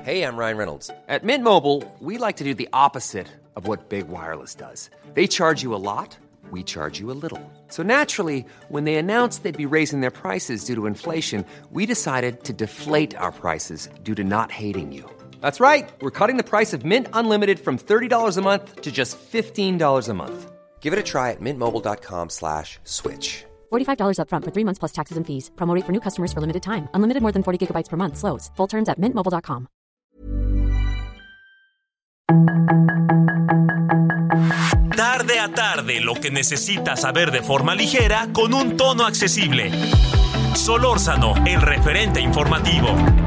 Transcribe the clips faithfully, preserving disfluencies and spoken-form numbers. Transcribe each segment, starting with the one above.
Hey, I'm Ryan Reynolds. At Mint Mobile, we like to do the opposite of what Big Wireless does. They charge you a lot, we charge you a little. So naturally, when they announced they'd be raising their prices due to inflation, we decided to deflate our prices due to not hating you. That's right. We're cutting the price of Mint Unlimited from thirty dollars a month to just fifteen dollars a month. Give it a try at mintmobile.com slash switch. forty-five dollars up front for three months plus taxes and fees. Promo rate for new customers for limited time. Unlimited more than forty gigabytes per month. Slows full terms at mint mobile dot com. Tarde a tarde, lo que necesitas saber de forma ligera con un tono accesible. Solórzano, el referente informativo.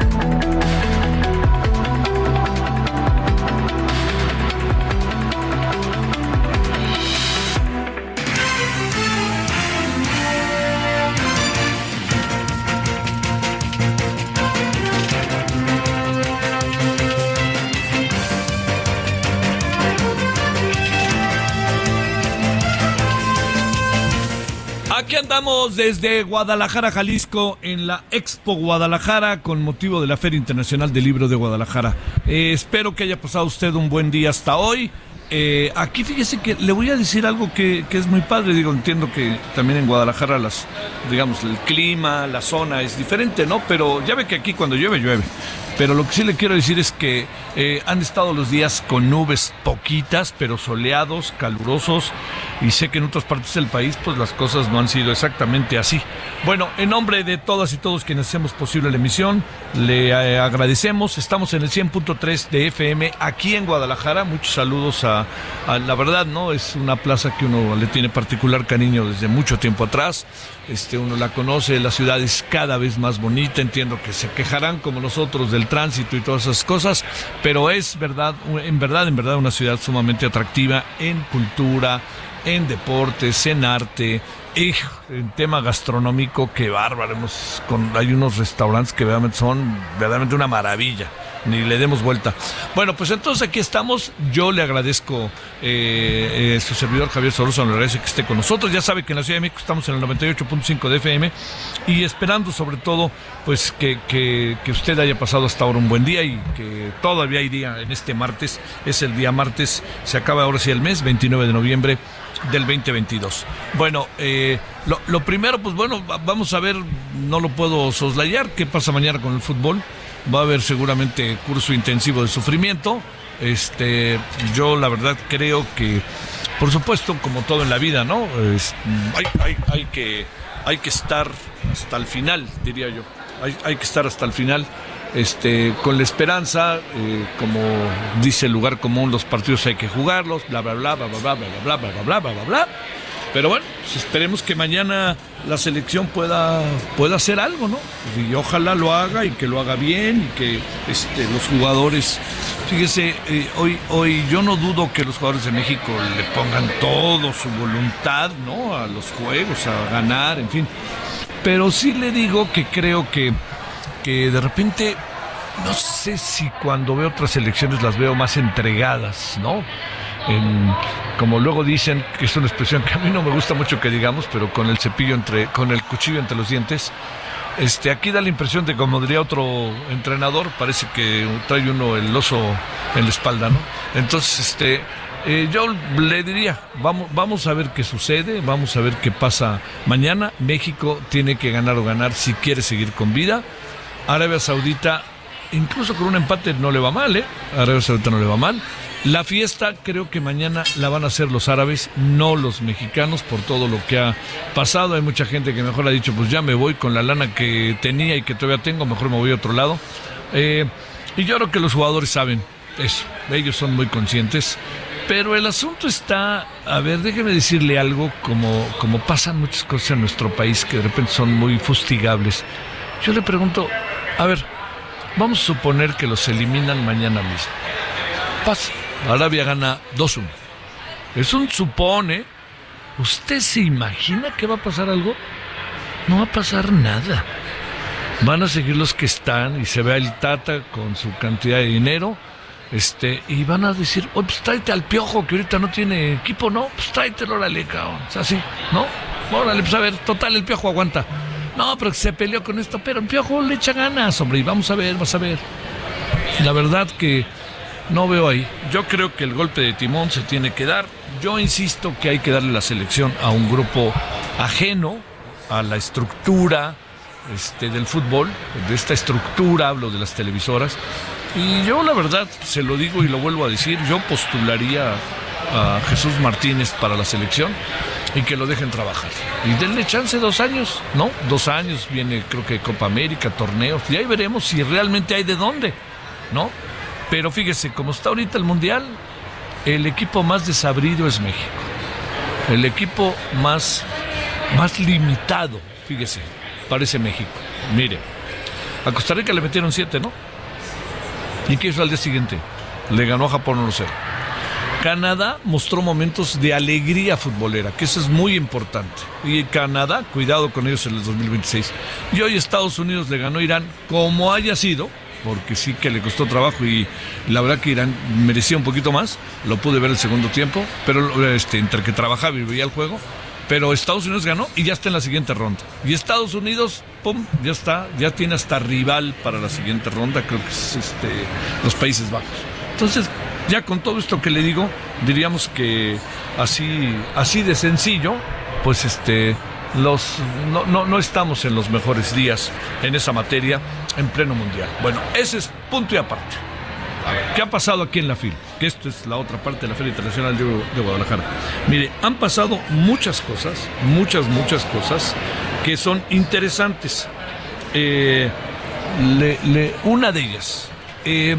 Aquí andamos desde Guadalajara, Jalisco, en la Expo Guadalajara, con motivo de la Feria Internacional del Libro de Guadalajara. Eh, espero que haya pasado usted un buen día hasta hoy. Eh, aquí fíjese que le voy a decir algo que, que es muy padre. Digo, entiendo que también en Guadalajara las, digamos, el clima, la zona es diferente, ¿no? Pero ya ve que aquí cuando llueve, llueve. Pero lo que sí le quiero decir es que eh, han estado los días con nubes poquitas, pero soleados, calurosos, y sé que en otras partes del país pues las cosas no han sido exactamente así. Bueno, en nombre de todas y todos quienes hacemos posible la emisión, le eh, agradecemos. Estamos en el cien punto tres de F M aquí en Guadalajara. Muchos saludos a, a la verdad, ¿no? Es una plaza que uno le tiene particular cariño desde mucho tiempo atrás. Este, uno la conoce, la ciudad es cada vez más bonita. Entiendo que se quejarán como nosotros del tránsito y todas esas cosas, pero es verdad, en verdad, en verdad una ciudad sumamente atractiva en cultura, en deportes, en arte, y en tema gastronómico, qué bárbaro. Hemos, con, hay unos restaurantes que verdaderamente son verdaderamente una maravilla, ni le demos vuelta. Bueno, pues entonces aquí estamos. Yo le agradezco, eh, eh, su servidor Javier Solórzano, le agradece que esté con nosotros. Ya sabe que en la Ciudad de México estamos en el noventa y ocho punto cinco de F M y esperando sobre todo pues que, que, que usted haya pasado hasta ahora un buen día y que todavía hay día en este martes. Es el día martes, se acaba ahora sí el mes, veintinueve de noviembre del veinte veintidós. Bueno, eh, lo, lo primero, pues bueno, vamos a ver, no lo puedo soslayar, qué pasa mañana con el fútbol. Va a haber seguramente curso intensivo de sufrimiento. Este, yo la verdad creo que, por supuesto, como todo en la vida, ¿no? Es, hay, hay, hay que, hay que estar hasta el final, diría yo. Hay, hay que estar hasta el final. Este, con la esperanza, eh, como dice el lugar común, los partidos hay que jugarlos, bla bla bla bla bla bla bla bla bla bla bla bla bla. Pero bueno, pues esperemos que mañana la selección pueda pueda hacer algo, ¿no? Y ojalá lo haga y que lo haga bien y que este, los jugadores, fíjese, eh, hoy hoy yo no dudo que los jugadores de México le pongan todo su voluntad, ¿no? A los juegos, a ganar, en fin. Pero sí le digo que creo que que de repente, no sé si cuando veo otras selecciones las veo más entregadas, ¿no? En, como luego dicen, que es una expresión que a mí no me gusta mucho que digamos, pero con el cepillo entre, con el cuchillo entre los dientes, este, aquí da la impresión de, como diría otro entrenador, parece que trae uno el oso en la espalda, ¿no? Entonces, este, eh, yo le diría, vamos, vamos a ver qué sucede, vamos a ver qué pasa mañana. México tiene que ganar o ganar si quiere seguir con vida. Arabia Saudita, incluso con un empate no le va mal, ¿eh? Arabia Saudita no le va mal. La fiesta creo que mañana la van a hacer los árabes, no los mexicanos, por todo lo que ha pasado. Hay mucha gente que mejor ha dicho, pues ya me voy con la lana que tenía y que todavía tengo, mejor me voy a otro lado. Eh, y yo creo que los jugadores saben eso, ellos son muy conscientes. Pero el asunto está, a ver, déjeme decirle algo, como, como pasan muchas cosas en nuestro país que de repente son muy fustigables. Yo le pregunto, a ver, vamos a suponer que los eliminan mañana mismo. Pasa, Arabia gana dos uno. Es un supone. ¿Usted se imagina que va a pasar algo? No va a pasar nada. Van a seguir los que están y se ve el Tata con su cantidad de dinero. Este, y van a decir, oh, pues tráete al Piojo, que ahorita no tiene equipo, ¿no? Pues tráetelo, órale, cabrón. O sea, así, ¿no? Órale, pues a ver, total, el Piojo aguanta. No, pero se peleó con esto, pero el Piojo le echa ganas, hombre, y vamos a ver, vamos a ver. La verdad que no veo ahí. Yo creo que el golpe de timón se tiene que dar. Yo insisto que hay que darle la selección a un grupo ajeno a la estructura este, del fútbol, de esta estructura, hablo de las televisoras. Y yo la verdad, se lo digo y lo vuelvo a decir, yo postularía a Jesús Martínez para la selección y que lo dejen trabajar. Y denle chance dos años, ¿no? Dos años, viene creo que Copa América, torneos, y ahí veremos si realmente hay de dónde, ¿no? Pero fíjese, como está ahorita el Mundial, el equipo más desabrido es México. El equipo más, más limitado, fíjese, parece México. Mire, a Costa Rica le metieron siete, ¿no? ¿Y qué hizo al día siguiente? Le ganó a Japón uno cero. Canadá mostró momentos de alegría futbolera, que eso es muy importante. Y Canadá, cuidado con ellos en el dos mil veintiséis. Y hoy Estados Unidos le ganó a Irán, como haya sido, porque sí que le costó trabajo y la verdad que Irán merecía un poquito más. Lo pude ver el segundo tiempo, pero este, entre que trabajaba y veía el juego. Pero Estados Unidos ganó y ya está en la siguiente ronda. Y Estados Unidos, pum, ya está, ya tiene hasta rival para la siguiente ronda, creo que es este, los Países Bajos. Entonces, ya con todo esto que le digo, diríamos que así, así de sencillo, pues este, los, no, no, no estamos en los mejores días en esa materia en pleno mundial. Bueno, ese es punto y aparte. A ver, ¿qué ha pasado aquí en la FIL? Que esto es la otra parte de la Feria Internacional de, de Guadalajara. Mire, han pasado muchas cosas, muchas, muchas cosas que son interesantes. Eh, le, le, una de ellas, eh,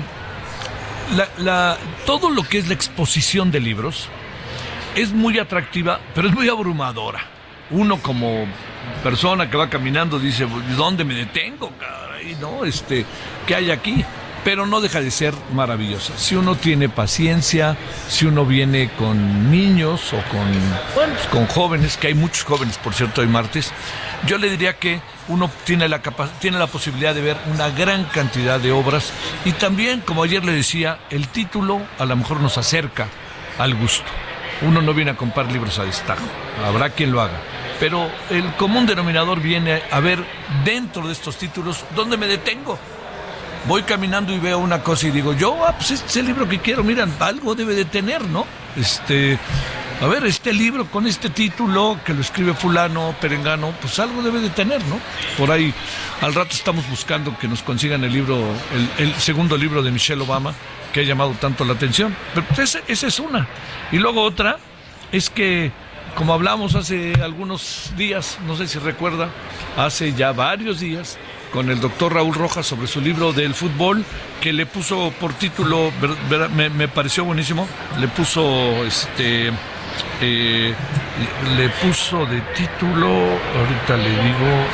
la, la, todo lo que es la exposición de libros es muy atractiva, pero es muy abrumadora. Uno como persona que va caminando dice, ¿dónde me detengo? Caray, ¿no? Este, ¿qué hay aquí? Pero no deja de ser maravillosa. Si uno tiene paciencia, si uno viene con niños o con, bueno, pues con jóvenes, que hay muchos jóvenes, por cierto, hoy martes, yo le diría que uno tiene la capa- tiene la posibilidad de ver una gran cantidad de obras y también, como ayer le decía, el título a lo mejor nos acerca al gusto. Uno no viene a comprar libros a destajo, habrá quien lo haga. Pero el común denominador viene a ver dentro de estos títulos dónde me detengo. Voy caminando y veo una cosa y digo, yo, ah, pues este es el libro que quiero, miran, algo debe de tener, ¿no? Este, a ver, este libro con este título que lo escribe fulano, perengano, pues algo debe de tener, ¿no? Por ahí, al rato estamos buscando que nos consigan el libro, el, el segundo libro de Michelle Obama, que ha llamado tanto la atención. Pero pues, esa, esa es una. Y luego otra, es que, como hablamos hace algunos días, no sé si recuerda, hace ya varios días, con el doctor Raúl Rojas sobre su libro del fútbol, que le puso por título, ver, ver, me, me pareció buenísimo, le puso, este, eh, le puso de título, ahorita le digo,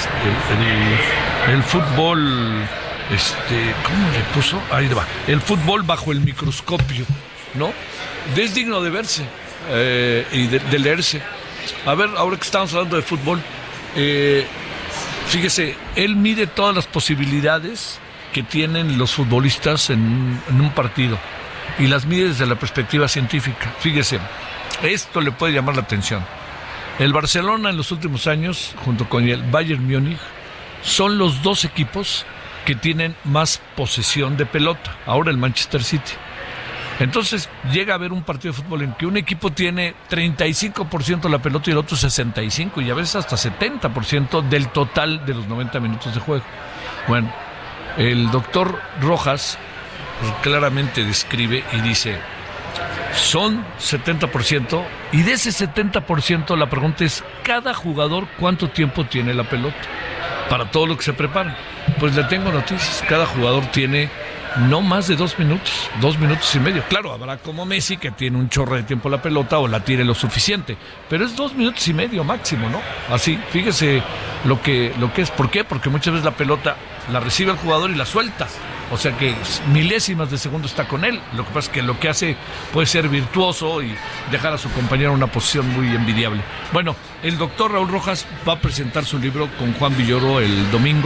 este, el, el fútbol, este, ¿cómo le puso? Ahí va, el fútbol bajo el microscopio, ¿no? Es digno de verse eh, y de, de leerse. A ver, ahora que estamos hablando de fútbol, eh, fíjese, él mide todas las posibilidades que tienen los futbolistas en, en un partido y las mide desde la perspectiva científica. Fíjese, esto le puede llamar la atención. El Barcelona en los últimos años, junto con el Bayern Múnich, son los dos equipos que tienen más posesión de pelota. Ahora el Manchester City. Entonces llega a haber un partido de fútbol en que un equipo tiene treinta y cinco por ciento de la pelota y el otro sesenta y cinco por ciento y a veces hasta setenta por ciento del total de los noventa minutos de juego. Bueno, el doctor Rojas claramente describe y dice, son setenta por ciento y de ese setenta por ciento la pregunta es, ¿cada jugador cuánto tiempo tiene la pelota? Para todo lo que se prepara. Pues le tengo noticias, cada jugador tiene no más de dos minutos, dos minutos y medio. Claro, habrá como Messi que tiene un chorro de tiempo la pelota o la tire lo suficiente, pero es dos minutos y medio máximo, ¿no? Así, fíjese lo que, lo que es. ¿Por qué? Porque muchas veces la pelota la recibe el jugador y la suelta. O sea que milésimas de segundo está con él. Lo que pasa es que lo que hace puede ser virtuoso y dejar a su compañero en una posición muy envidiable. Bueno, el doctor Raúl Rojas va a presentar su libro con Juan Villoro el domingo.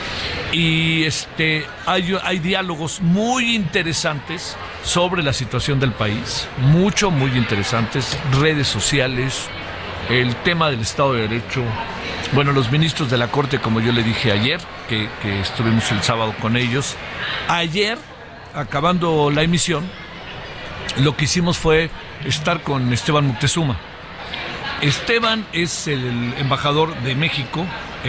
Y este hay, hay diálogos muy interesantes sobre la situación del país, mucho, muy interesantes, redes sociales, el tema del Estado de Derecho. Bueno, los ministros de la Corte, como yo le dije ayer, que, que estuvimos el sábado con ellos, ayer acabando la emisión, lo que hicimos fue estar con Esteban Moctezuma. Esteban es el embajador de México,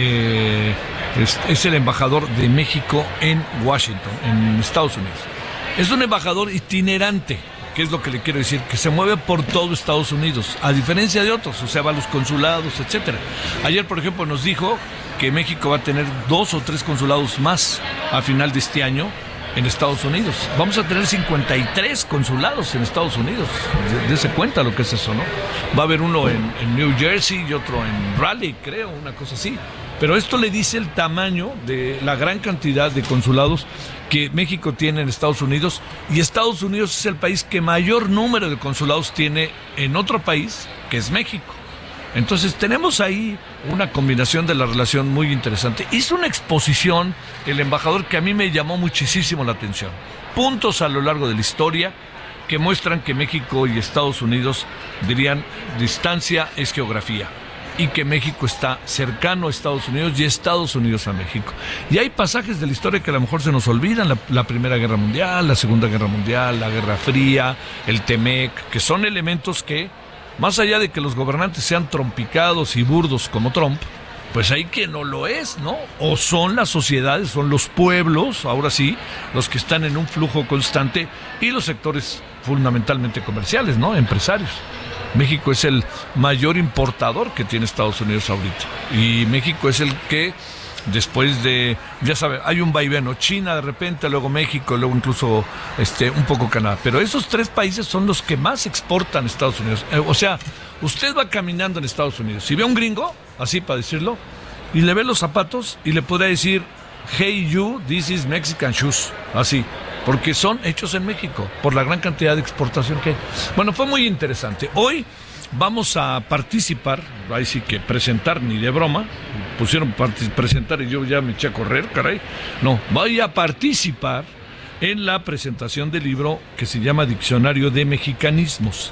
eh, es, es el embajador de México en Washington, en Estados Unidos. Es un embajador itinerante, que es lo que le quiero decir, que se mueve por todo Estados Unidos, a diferencia de otros, o sea, va a los consulados, etcétera. Ayer, por ejemplo, nos dijo que México va a tener dos o tres consulados más a final de este año en Estados Unidos. Vamos a tener cincuenta y tres consulados en Estados Unidos. Dese cuenta lo que es eso, ¿no? Va a haber uno en, en New Jersey y otro en Raleigh, creo, una cosa así. Pero esto le dice el tamaño de la gran cantidad de consulados que México tiene en Estados Unidos, y Estados Unidos es el país que mayor número de consulados tiene en otro país, que es México. Entonces tenemos ahí una combinación de la relación muy interesante. Hizo una exposición el embajador que a mí me llamó muchísimo la atención. Puntos a lo largo de la historia que muestran que México y Estados Unidos, dirían, distancia es geografía, y que México está cercano a Estados Unidos y Estados Unidos a México. Y hay pasajes de la historia que a lo mejor se nos olvidan, la, la Primera Guerra Mundial, la Segunda Guerra Mundial, la Guerra Fría, el Temec, que son elementos que, más allá de que los gobernantes sean trompicados y burdos como Trump, pues hay quien no lo es, ¿no? O son las sociedades, son los pueblos, ahora sí, los que están en un flujo constante, y los sectores fundamentalmente comerciales, ¿no? Empresarios. México es el mayor importador que tiene Estados Unidos ahorita. Y México es el que, después de, ya sabe, hay un vaivén, ¿no? China de repente, luego México, luego incluso este un poco Canadá. Pero esos tres países son los que más exportan a Estados Unidos. Eh, o sea, usted va caminando en Estados Unidos, si ve a un gringo, así para decirlo, y le ve los zapatos y le podría decir, hey you, this is Mexican shoes, así, porque son hechos en México, por la gran cantidad de exportación que hay. Bueno, fue muy interesante. Hoy vamos a participar, ahí sí que presentar, ni de broma, pusieron presentar y yo ya me eché a correr, caray. No, voy a participar en la presentación del libro que se llama Diccionario de Mexicanismos.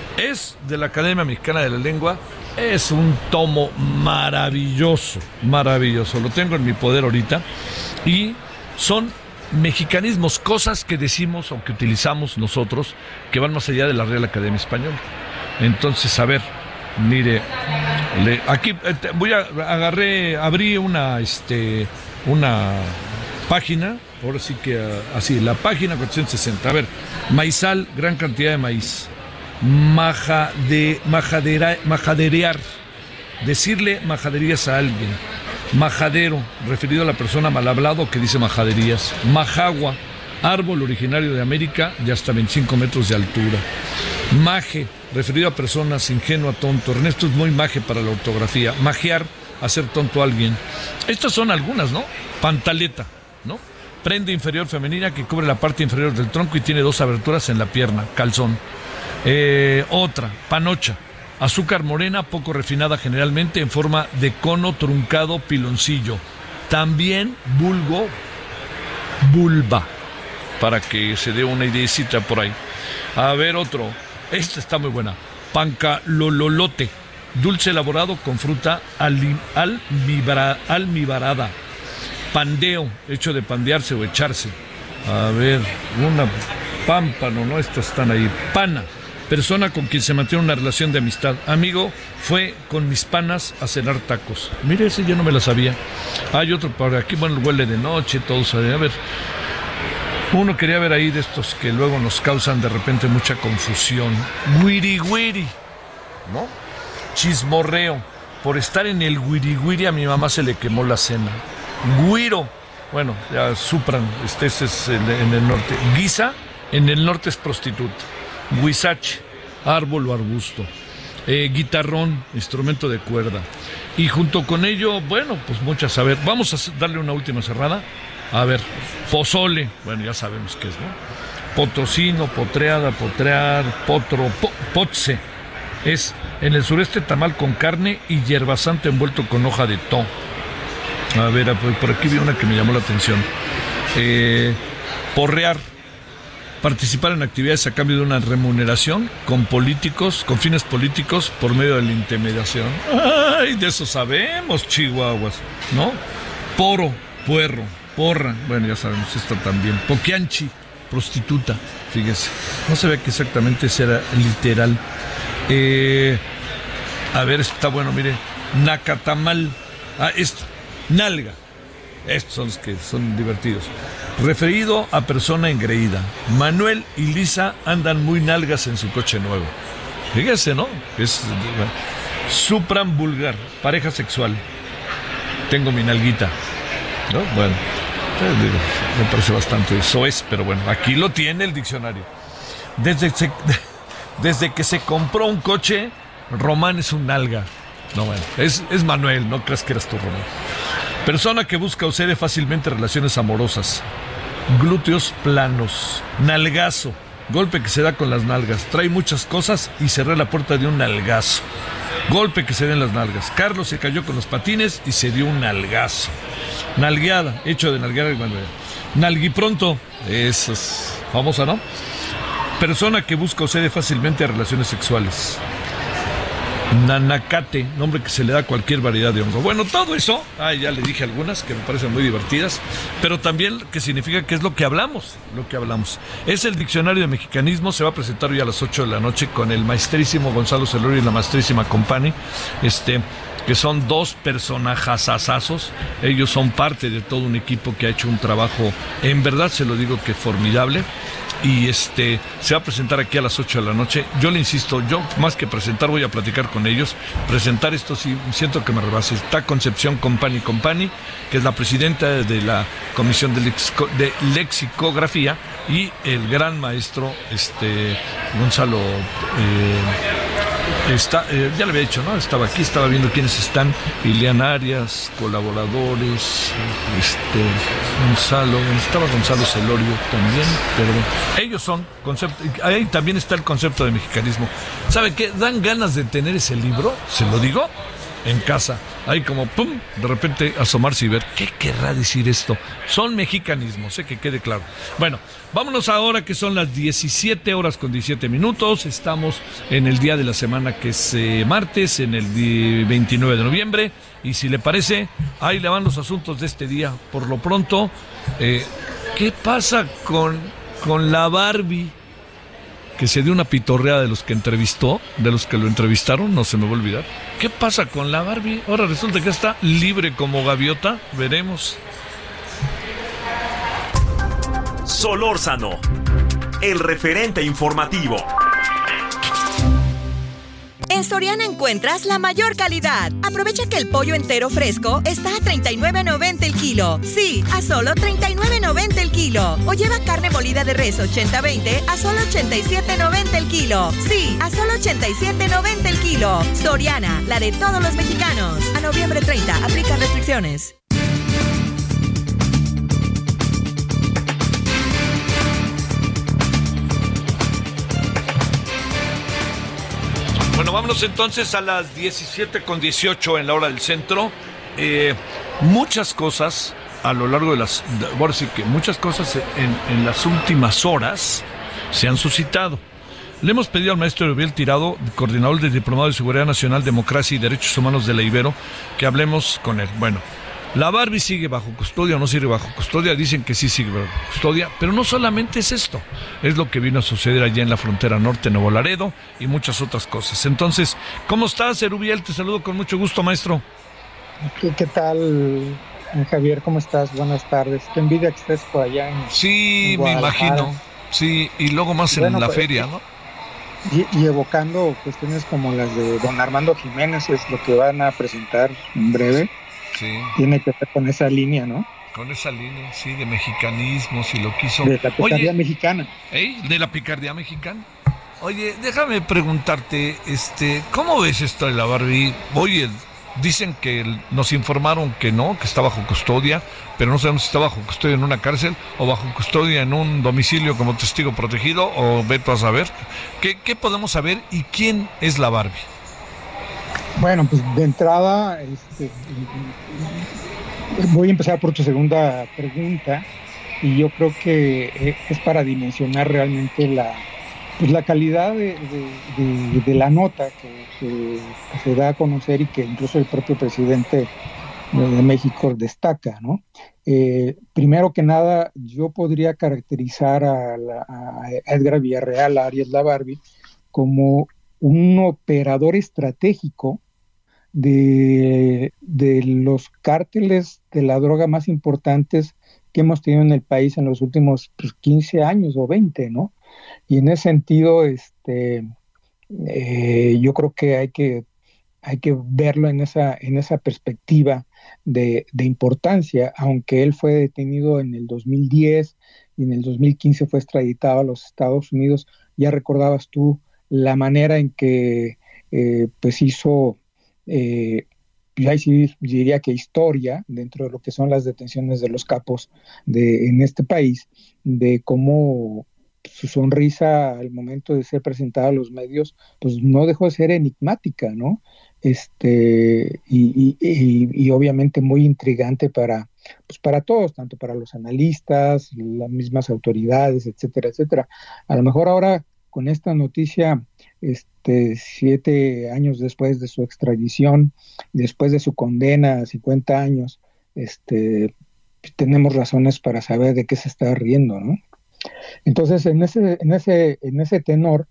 Es de la Academia Mexicana de la Lengua, es un tomo maravilloso, maravilloso, lo tengo en mi poder ahorita, y son mexicanismos, cosas que decimos o que utilizamos nosotros que van más allá de la Real Academia Española. Entonces, a ver, mire, le, aquí voy a agarré, abrí una, este, una página, ahora sí que así, la página cuatrocientos sesenta. A ver, maizal, gran cantidad de maíz. Maja de, majadera, majaderear, decirle majaderías a alguien. Majadero, referido a la persona mal hablado que dice majaderías. Majagua, árbol originario de América de hasta veinticinco metros de altura. Maje, referido a personas ingenua, tonto. Ernesto es muy maje para la ortografía. Majear, hacer tonto a alguien. Estas son algunas, ¿no? Pantaleta, ¿no? Prenda inferior femenina que cubre la parte inferior del tronco y tiene dos aberturas en la pierna. Calzón. Eh, otra, panocha, azúcar morena poco refinada, generalmente en forma de cono truncado, piloncillo. También vulgo, vulva, para que se dé una ideecita por ahí. A ver, otro, esta está muy buena. Pancalololote, dulce elaborado con fruta almibara, almibarada. Pandeo, hecho de pandearse o echarse. A ver, una pámpano, ¿no? Estas están ahí. Pana, persona con quien se mantiene una relación de amistad. Amigo, fue con mis panas a cenar tacos. Mire, ese yo no me la sabía. Hay otro por aquí, bueno, huele de noche, todo sabe. A ver, uno quería ver ahí de estos que luego nos causan de repente mucha confusión. Wiri wiri, ¿no? Chismorreo. Por estar en el wiri wiri a mi mamá se le quemó la cena. Guiro, bueno, ya supran, este, este es en, en el norte. Guisa, en el norte es prostituta. Huizache, árbol o arbusto. Eh, guitarrón, instrumento de cuerda. Y junto con ello, bueno, pues muchas. A ver, vamos a darle una última cerrada. A ver, pozole, bueno, ya sabemos qué es, ¿no? Potosino, potreada, potrear, potro, po, potse. Es en el sureste tamal con carne y hierbasante envuelto con hoja de to. A ver, por aquí vi una que me llamó la atención. Eh, porrear. Participar en actividades a cambio de una remuneración con políticos, con fines políticos por medio de la intimidación. ¡Ay! De eso sabemos, chihuahuas, ¿no? Poro, puerro, porra, bueno, ya sabemos, esto también. Poquianchi, prostituta, fíjese. No se ve que exactamente sea literal. Eh, a ver, está bueno, mire. Nacatamal. Ah, esto. Nalga. Estos son los que son divertidos. Referido a persona engreída. Manuel y Lisa andan muy nalgas en su coche nuevo. Fíjese, ¿no? Es bueno. Supran vulgar. Pareja sexual. Tengo mi nalguita. ¿No? Bueno. Me parece bastante soez, pero bueno, aquí lo tiene el diccionario. Desde, se, desde que se compró un coche, Román es un nalga. No, bueno, es, es Manuel, no creas que eras tú, Román. Persona que busca o cede fácilmente relaciones amorosas. Glúteos planos. Nalgazo. Golpe que se da con las nalgas. Trae muchas cosas y cerré la puerta de un nalgazo. Golpe que se da en las nalgas. Carlos se cayó con los patines y se dio un nalgazo. Nalgueada, hecho de nalgueada. Nalguipronto, eso es famosa, ¿no? Persona que busca o cede fácilmente a relaciones sexuales. Nanacate, nombre que se le da a cualquier variedad de hongo. Bueno, todo eso, ah, ya le dije algunas que me parecen muy divertidas, pero también que significa que es lo que hablamos, lo que hablamos. Es el diccionario de mexicanismo, se va a presentar hoy a las ocho de la noche con el maestrísimo Gonzalo Celorio y la maestrísima Compani, este, que son dos personajazazazos. Ellos son parte de todo un equipo que ha hecho un trabajo, en verdad se lo digo que formidable. Y este se va a presentar aquí a las ocho de la noche. Yo le insisto, yo más que presentar voy a platicar con ellos. Presentar esto sí siento que me rebase. Está Concepción Compani Compani, que es la presidenta de la Comisión de, Lexico, de Lexicografía, y el gran maestro este Gonzalo eh, está, eh, ya le había dicho, ¿no? Estaba aquí, estaba viendo quiénes están. Ilian Arias, colaboradores, este Gonzalo, estaba Gonzalo Celorio también, perdón. Ellos son concepto, ahí también está el concepto de mexicanismo. ¿Sabe qué? Dan ganas de tener ese libro, se lo digo, en casa. Ahí como pum, de repente asomarse y ver qué querrá decir esto. Son mexicanismos, sé que quede claro. Bueno, vámonos ahora que son las diecisiete horas con diecisiete minutos. Estamos en el día de la semana que es eh, martes, en el veintinueve de noviembre. Y si le parece, ahí le van los asuntos de este día. Por lo pronto, eh, ¿qué pasa con, con la Barbie? Que se dio una pitorreada de los que entrevistó, de los que lo entrevistaron, no se me va a olvidar. ¿Qué pasa con la Barbie? Ahora resulta que está libre como gaviota, veremos. Solórzano, el referente informativo. En Soriana encuentras la mayor calidad. Aprovecha que el pollo entero fresco está a treinta y nueve noventa el kilo. Sí, a solo treinta y nueve noventa el kilo. O lleva carne molida de res ochenta veinte a solo ochenta y siete noventa el kilo. Sí, a solo ochenta y siete noventa el kilo. Soriana, la de todos los mexicanos. A noviembre treinta, aplica restricciones. Bueno, vámonos entonces a las diecisiete con dieciocho en la hora del centro. Eh, muchas cosas a lo largo de las... Bueno, sí que muchas cosas en, en las últimas horas se han suscitado. Le hemos pedido al maestro Erubiel Tirado, coordinador del Diplomado de Seguridad Nacional, Democracia y Derechos Humanos de la Ibero, que hablemos con él. Bueno, la Barbie sigue bajo custodia o no sigue bajo custodia, dicen que sí sigue bajo custodia, pero no solamente es esto, es lo que vino a suceder allá en la frontera norte, Nuevo Laredo, y muchas otras cosas. Entonces, ¿cómo estás, Erubiel? Te saludo con mucho gusto, maestro. ¿Qué, qué tal, Javier? ¿Cómo estás? Buenas tardes. Qué envidia que estés por allá en Sí, en me imagino. Sí, y luego más en bueno, la pues, feria, ¿no? Y, y evocando cuestiones como las de don Armando Jiménez, es lo que van a presentar en breve. Sí. Tiene que ver con esa línea, ¿no? Con esa línea, sí, de mexicanismo, si lo quiso. De la picardía Oye, mexicana. ¿eh? De la picardía mexicana. Oye, déjame preguntarte, este, ¿cómo ves esto de la Barbie? Oye, dicen que nos informaron que no, que está bajo custodia, pero no sabemos si está bajo custodia en una cárcel o bajo custodia en un domicilio como testigo protegido, o vete a saber. ¿Qué, qué podemos saber y quién es la Barbie? Bueno, pues de entrada, este, voy a empezar por tu segunda pregunta, y yo creo que es para dimensionar realmente la, pues la calidad de, de, de, de la nota que, que, que se da a conocer, y que incluso el propio presidente de México destaca, ¿no? Eh, primero que nada, yo podría caracterizar a, la, a Edgar Villarreal, a Aries La Barbie, como un operador estratégico de, de los cárteles de la droga más importantes que hemos tenido en el país en los últimos pues, quince años o veinte, ¿no? Y en ese sentido, este, eh, yo creo que hay que hay que verlo en esa en esa perspectiva de, de importancia, aunque él fue detenido en el dos mil diez y en el dos mil quince fue extraditado a los Estados Unidos. Ya recordabas tú la manera en que eh, pues hizo, eh, ya sí diría que historia dentro de lo que son las detenciones de los capos de, en este país, de cómo su sonrisa al momento de ser presentada a los medios, pues no dejó de ser enigmática, ¿no? Este, y, y, y, y obviamente muy intrigante para, pues para todos, tanto para los analistas, las mismas autoridades, etcétera, etcétera. A lo mejor ahora con esta noticia, este, siete años después de su extradición, después de su condena a cincuenta años, este, tenemos razones para saber de qué se está riendo, ¿no? Entonces, en ese, en ese, en ese tenor,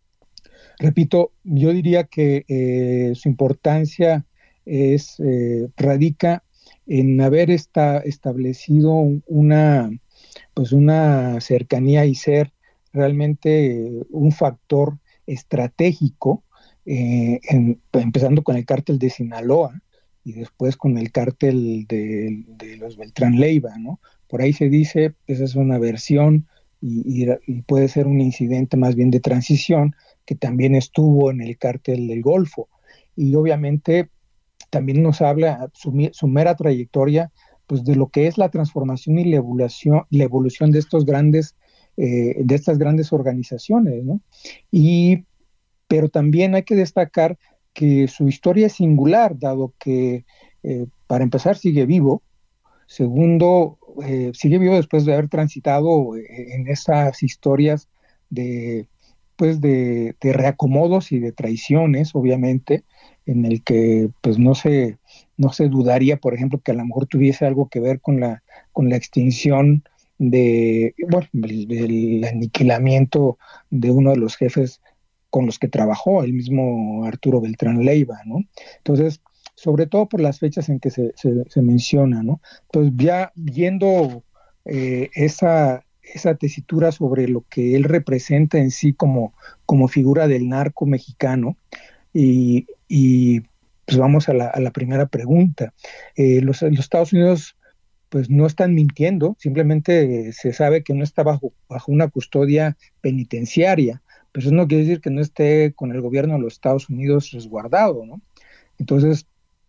repito, yo diría que eh, su importancia es eh, radica en haber esta, establecido una, pues una cercanía y ser realmente un factor estratégico, eh, en, empezando con el cártel de Sinaloa y después con el cártel de, de los Beltrán Leiva, ¿no? Por ahí se dice, esa es una versión y, y, y puede ser un incidente más bien de transición que también estuvo en el cártel del Golfo. Y obviamente también nos habla su, su mera trayectoria pues de lo que es la transformación y la evolución, la evolución de estos grandes Eh, de estas grandes organizaciones, ¿no? Y, pero también hay que destacar que su historia es singular, dado que, eh, para empezar, sigue vivo. Segundo, eh, sigue vivo después de haber transitado eh, en esas historias de, pues de, de reacomodos y de traiciones, obviamente, en el que pues no se, no se dudaría, por ejemplo, que a lo mejor tuviese algo que ver con la, con la extinción de, bueno, el, el aniquilamiento de uno de los jefes con los que trabajó, el mismo Arturo Beltrán Leiva, ¿no? Entonces, sobre todo por las fechas en que se, se, se menciona, ¿no? Pues ya viendo eh, esa, esa tesitura sobre lo que él representa en sí como, como figura del narco mexicano, y, y pues vamos a la, a la primera pregunta. Eh, los, los Estados Unidos pues no están mintiendo, simplemente se sabe que no está bajo, bajo una custodia penitenciaria, pero eso no quiere decir que no esté con el gobierno de los Estados Unidos resguardado, ¿no? Entonces,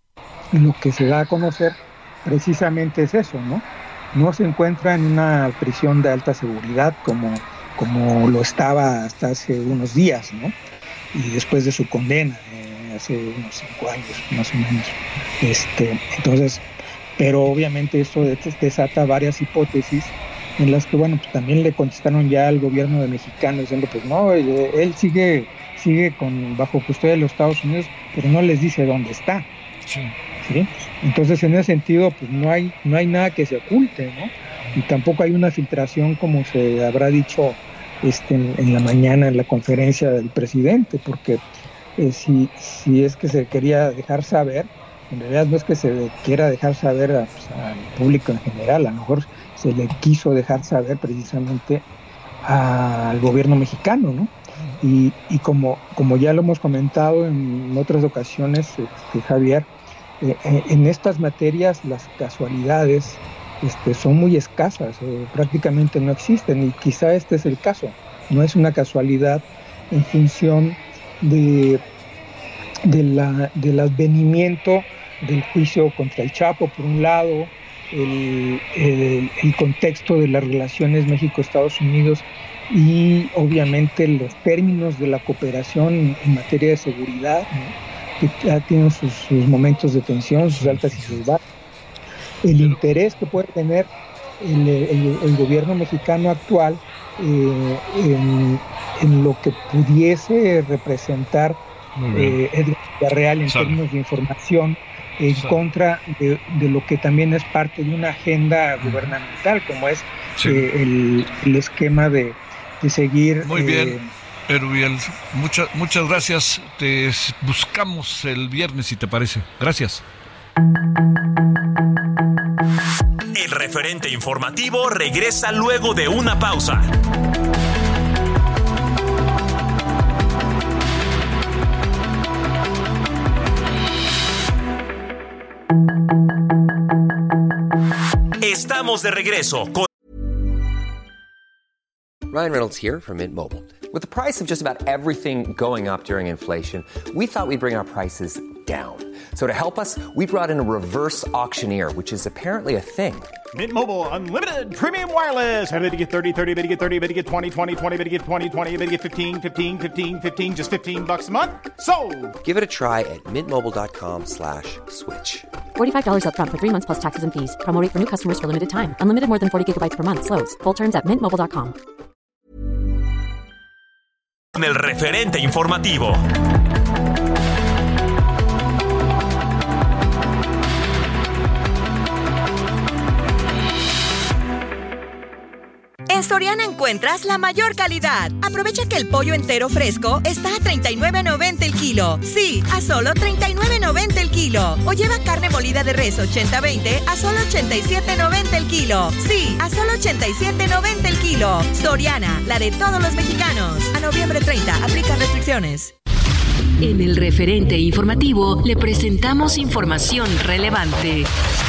lo que se da a conocer precisamente es eso, ¿no? No se encuentra en una prisión de alta seguridad como, como lo estaba hasta hace unos días, ¿no? Y después de su condena, eh, hace unos cinco años, más o menos. Este, entonces, pero obviamente esto desata varias hipótesis en las que, bueno, pues también le contestaron ya al gobierno de mexicano diciendo, pues no, él, él sigue sigue con bajo custodia de los Estados Unidos, pero no les dice dónde está. Sí. ¿Sí? Entonces, en ese sentido, pues no hay no hay nada que se oculte, ¿no? Y tampoco hay una filtración como se habrá dicho este en, en la mañana en la conferencia del presidente, porque eh, si si es que se quería dejar saber, en realidad no es que se quiera dejar saber a, pues, al público en general, a lo mejor se le quiso dejar saber precisamente al gobierno mexicano, ¿no? Y, y como, como ya lo hemos comentado en otras ocasiones, este, Javier, eh, en estas materias las casualidades este, son muy escasas, eh, prácticamente no existen, y quizá este es el caso. No es una casualidad en función de De la, del advenimiento del juicio contra el Chapo, por un lado, el, el, el contexto de las relaciones México-Estados Unidos y obviamente los términos de la cooperación en materia de seguridad, ¿no? Que ya tienen sus, sus momentos de tensión, sus altas y sus bajas. El interés que puede tener el, el, el gobierno mexicano actual eh, en, en lo que pudiese representar Eh, Edgar Villarreal en Sal. términos de información en contra de, de lo que también es parte de una agenda gubernamental, como es sí. eh, el, el esquema de, de seguir... Muy bien. Eh, Erubiel, muchas muchas gracias. Te buscamos el viernes, si te parece. Gracias. El referente informativo regresa luego de una pausa. Estamos de regreso con Ryan Reynolds here from Mint Mobile. With the price of just about everything going up during inflation, we thought we'd bring our prices down. So to help us, we brought in a reverse auctioneer, which is apparently a thing. Mint Mobile Unlimited Premium Wireless. How to get thirty, thirty, how to get thirty, how to get twenty, twenty, twenty, how to get twenty, twenty, how to get fifteen, fifteen, fifteen, fifteen, just fifteen bucks a month? Sold! Give it a try at mintmobile.com slash switch. forty-five dollars up front for three months plus taxes and fees. Promo rate for new customers for limited time. Unlimited more than forty gigabytes per month. Slows full terms at mint mobile dot com. El referente informativo. En Soriana encuentras la mayor calidad. Aprovecha que el pollo entero fresco está a treinta y nueve noventa el kilo. Sí, a solo treinta y nueve noventa el kilo. O lleva carne molida de res ochenta veinte a solo ochenta y siete noventa el kilo. Sí, a solo ochenta y siete noventa el kilo. Soriana, la de todos los mexicanos. A noviembre treinta, aplica restricciones. En el referente informativo le presentamos información relevante.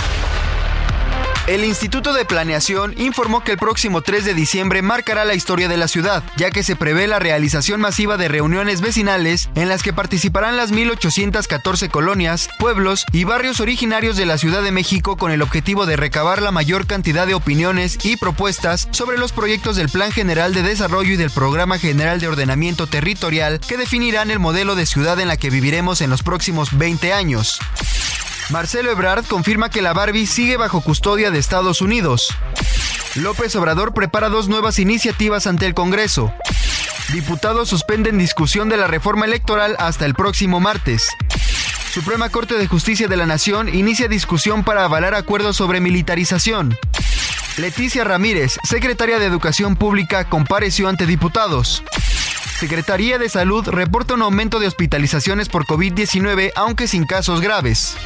El Instituto de Planeación informó que el próximo tres de diciembre marcará la historia de la ciudad, ya que se prevé la realización masiva de reuniones vecinales en las que participarán las mil ochocientas catorce colonias, pueblos y barrios originarios de la Ciudad de México con el objetivo de recabar la mayor cantidad de opiniones y propuestas sobre los proyectos del Plan General de Desarrollo y del Programa General de Ordenamiento Territorial que definirán el modelo de ciudad en la que viviremos en los próximos veinte años. Marcelo Ebrard confirma que la Barbie sigue bajo custodia de Estados Unidos. López Obrador prepara dos nuevas iniciativas ante el Congreso. Diputados suspenden discusión de la reforma electoral hasta el próximo martes. Suprema Corte de Justicia de la Nación inicia discusión para avalar acuerdos sobre militarización. Leticia Ramírez, secretaria de Educación Pública, compareció ante diputados. Secretaría de Salud reporta un aumento de hospitalizaciones por covid diecinueve, aunque sin casos graves.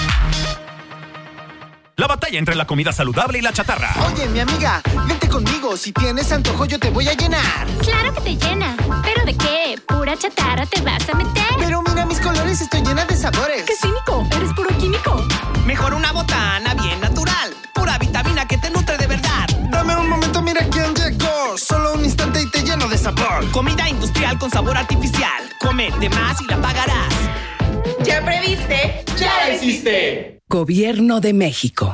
La batalla entre la comida saludable y la chatarra. Oye, mi amiga, vente conmigo. Si tienes antojo, yo te voy a llenar. Claro que te llena. ¿Pero de qué? ¿Pura chatarra te vas a meter? Pero mira mis colores, estoy llena de sabores. ¡Qué cínico! Eres puro químico. Mejor una botana bien natural. Pura vitamina que te nutre de verdad. Dame un momento, mira quién llegó. Solo un instante y te lleno de sabor. Comida industrial con sabor artificial. Come de más y la pagarás. ¿Ya previste? ¡Ya la hiciste! Gobierno de México.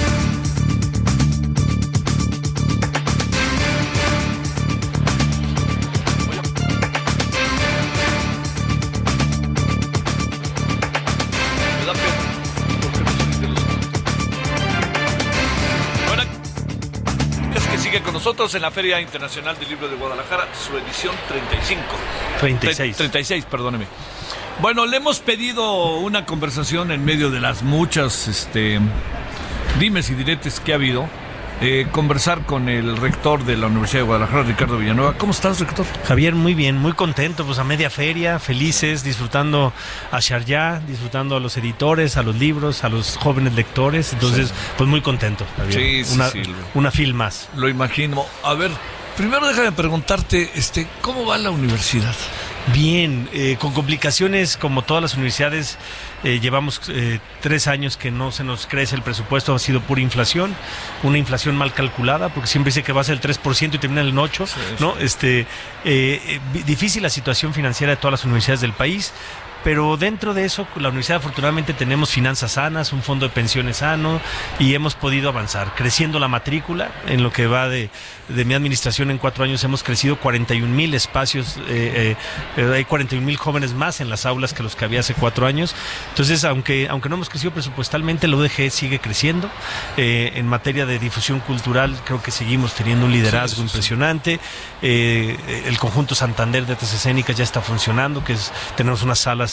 Con nosotros en la Feria Internacional del Libro de Guadalajara, su edición treinta y cinco. treinta y seis. treinta y seis, perdóneme. Bueno, le hemos pedido una conversación en medio de las muchas este, dimes y diretes que ha habido. Eh, conversar con el rector de la Universidad de Guadalajara, Ricardo Villanueva. ¿Cómo estás, rector? Javier, muy bien, muy contento, pues a media feria, felices, disfrutando a Sharjah, disfrutando a los editores, a los libros, a los jóvenes lectores, entonces, sí. pues muy contento, Javier. Sí, una, sí, sí. Una fil más. Lo imagino. A ver, primero déjame preguntarte, este, ¿cómo va la universidad? Bien, eh, con complicaciones como todas las universidades, eh, llevamos eh, tres años que no se nos crece el presupuesto, ha sido pura inflación, una inflación mal calculada, porque siempre dice que va a ser el tres por ciento y termina en el ocho por ciento, sí, ¿no? Sí. Este, eh, eh, difícil la situación financiera de todas las universidades del país. Pero dentro de eso, la universidad afortunadamente tenemos finanzas sanas, un fondo de pensiones sano y hemos podido avanzar, creciendo la matrícula. En lo que va de, de mi administración en cuatro años hemos crecido cuarenta y un mil espacios, eh, eh, hay cuarenta y un mil jóvenes más en las aulas que los que había hace cuatro años. Entonces, aunque, aunque no hemos crecido presupuestalmente, la U D G sigue creciendo. Eh, en materia de difusión cultural, creo que seguimos teniendo un liderazgo sí, sí, impresionante. Eh, el conjunto Santander de artes escénicas ya está funcionando, que es, tenemos unas salas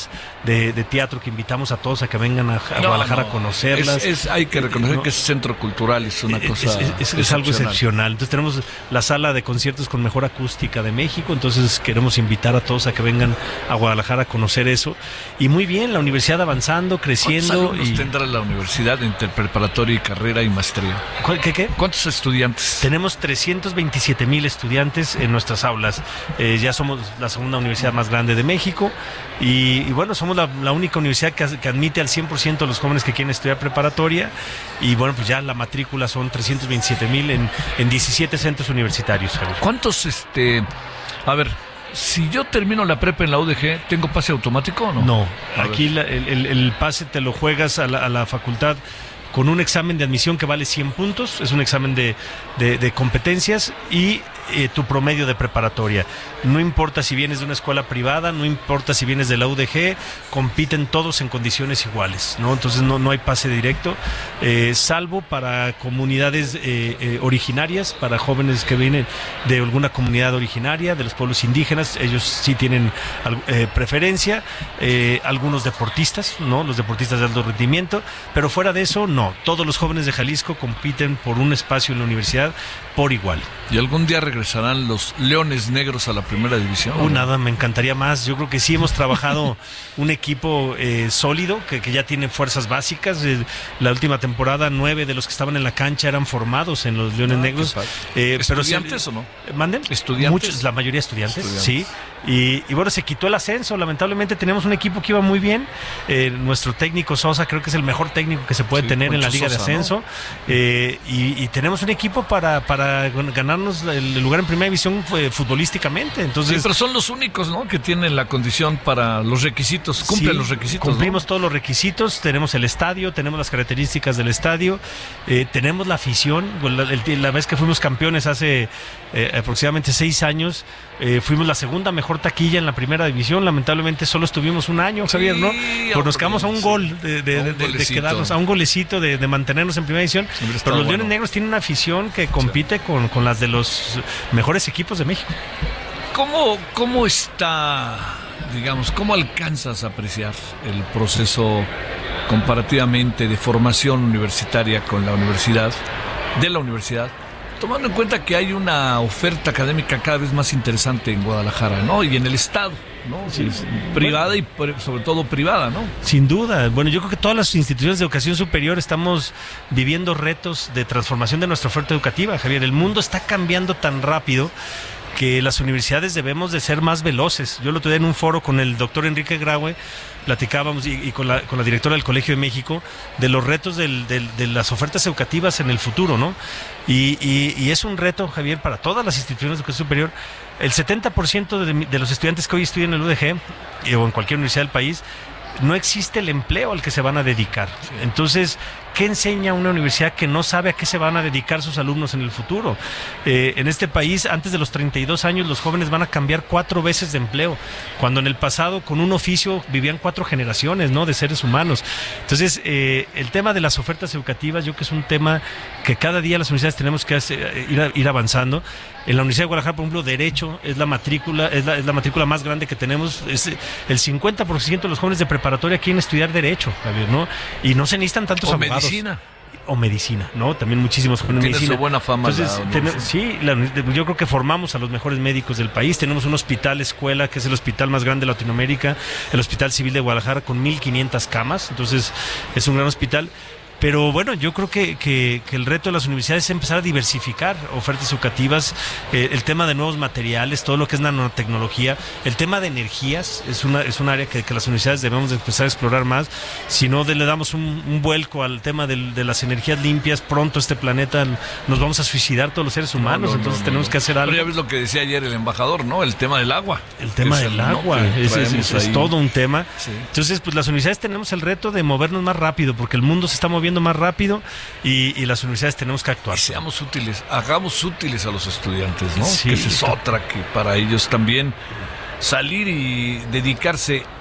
obras de, de teatro que invitamos a todos a que vengan a, a no, Guadalajara no. a conocerlas. Es, es, hay que reconocer no, que es centro cultural, es una es, cosa es, es, es algo excepcional. Entonces tenemos la sala de conciertos con mejor acústica de México, entonces queremos invitar a todos a que vengan a Guadalajara a conocer eso. Y muy bien, la universidad avanzando, creciendo. ¿Cuántos alumnos y... tendrá la universidad entre preparatoria y carrera y maestría? ¿Qué, qué? ¿Cuántos estudiantes? Tenemos trescientos veintisiete mil estudiantes en nuestras aulas. Eh, ya somos la segunda universidad más grande de México y, y bueno, somos la, la única universidad que, que admite al cien por ciento a los jóvenes que quieren estudiar preparatoria y bueno, pues ya la matrícula son trescientos veintisiete mil en, en diecisiete centros universitarios, Javier. ¿Cuántos, este, a ver, si yo termino la prepa en la U D G, ¿tengo pase automático o no? No, aquí la, el, el, el pase te lo juegas a la, a la facultad con un examen de admisión que vale cien puntos, es un examen de, de, de competencias y eh, tu promedio de preparatoria. No importa si vienes de una escuela privada, no importa si vienes de la U D G, compiten todos en condiciones iguales, ¿no? Entonces no, no hay pase directo, eh, salvo para comunidades eh, eh, originarias, para jóvenes que vienen de alguna comunidad originaria, de los pueblos indígenas, ellos sí tienen eh, preferencia, eh, algunos deportistas, ¿no? Los deportistas de alto rendimiento, pero fuera de eso, no. Todos los jóvenes de Jalisco compiten por un espacio en la universidad por igual. ¿Y algún día regresarán los Leones Negros a la primera división? Uh, nada, me encantaría más. Yo creo que sí hemos trabajado un equipo eh, sólido, que, que ya tiene fuerzas básicas. Eh, la última temporada, nueve de los que estaban en la cancha eran formados en los Leones ah, Negros. Eh, ¿Estudiantes pero, o no? ¿Manden? ¿Estudiantes? Muchos, la mayoría estudiantes, estudiantes. sí. Y, y bueno, se quitó el ascenso. Lamentablemente tenemos un equipo que iba muy bien. Eh, nuestro técnico Sosa creo que es el mejor técnico que se puede sí, tener en la Liga Sosa, de Ascenso. ¿no? Eh, y, y tenemos un equipo para, para ganarnos el lugar en primera división eh, futbolísticamente. Entonces, sí, pero son los únicos, ¿no?, que tienen la condición para los requisitos. Cumplen sí, los requisitos. Cumplimos ¿no? todos los requisitos. Tenemos el estadio, tenemos las características del estadio, eh, tenemos la afición. La, el, la vez que fuimos campeones hace eh, aproximadamente seis años, eh, fuimos la segunda mejor taquilla en la primera división. Lamentablemente solo estuvimos un año, Javier, ¿no? Sí, pues nos quedamos a un gol de, de, de, de, de quedarnos, a un golecito de, de mantenernos en primera división. Pero los bueno. Leones Negros tienen una afición que compite sí. con, con las de los mejores equipos de México. ¿Cómo, cómo está, digamos, cómo alcanzas a apreciar el proceso comparativamente de formación universitaria con la universidad, de la universidad, tomando en cuenta que hay una oferta académica cada vez más interesante en Guadalajara, ¿no? Y en el estado, ¿no? Sí, sí. Privada y sobre todo privada, ¿no? Sin duda. Bueno, yo creo que todas las instituciones de educación superior estamos viviendo retos de transformación de nuestra oferta educativa, Javier. El mundo está cambiando tan rápido que las universidades debemos de ser más veloces. Yo lo tuve en un foro con el doctor Enrique Graue, platicábamos y, y con, la, con la directora del Colegio de México de los retos del, del, de las ofertas educativas en el futuro, ¿no? Y, y, y es un reto, Javier, para todas las instituciones de educación superior. El setenta por ciento de, de los estudiantes que hoy estudian en el U D G y, o en cualquier universidad del país, no existe el empleo al que se van a dedicar. Sí. Entonces, ¿qué enseña una universidad que no sabe a qué se van a dedicar sus alumnos en el futuro? Eh, en este país, antes de los treinta y dos años, los jóvenes van a cambiar cuatro veces de empleo, cuando en el pasado con un oficio vivían cuatro generaciones, ¿no?, de seres humanos. Entonces, eh, el tema de las ofertas educativas, yo creo que es un tema que cada día las universidades tenemos que hacer, ir, a, ir avanzando. En la Universidad de Guadalajara, por ejemplo, Derecho es la matrícula, es la, es la matrícula más grande que tenemos. Es el cincuenta por ciento de los jóvenes de preparatoria quieren estudiar Derecho, Javier, ¿no? Y no se necesitan tantos o abogados. Medicina. O medicina, ¿no? También muchísimos jóvenes de medicina. Tiene su buena fama. Entonces, la, ten, sí, la, yo creo que formamos a los mejores médicos del país. Tenemos un hospital escuela, que es el hospital más grande de Latinoamérica, el Hospital Civil de Guadalajara, con mil quinientas camas. Entonces, es un gran hospital. Pero bueno, yo creo que, que, que el reto de las universidades es empezar a diversificar ofertas educativas, eh, el tema de nuevos materiales, todo lo que es nanotecnología, el tema de energías, es una es un área que, que las universidades debemos de empezar a explorar más. Si no de, le damos un, un vuelco al tema de, de las energías limpias, pronto este planeta nos vamos a suicidar todos los seres humanos, no, no, entonces no, no, tenemos no. que hacer algo. Pero ya ves lo que decía ayer el embajador, ¿no? El tema del agua. El tema del el, agua, ¿no? es, es, es, es todo un tema. Sí. Entonces, pues las universidades tenemos el reto de movernos más rápido, porque el mundo se está moviendo más rápido y, y las universidades tenemos que actuar. Y seamos útiles, hagamos útiles a los estudiantes, ¿no? Sí, que esa es otra, que para ellos también salir y dedicarse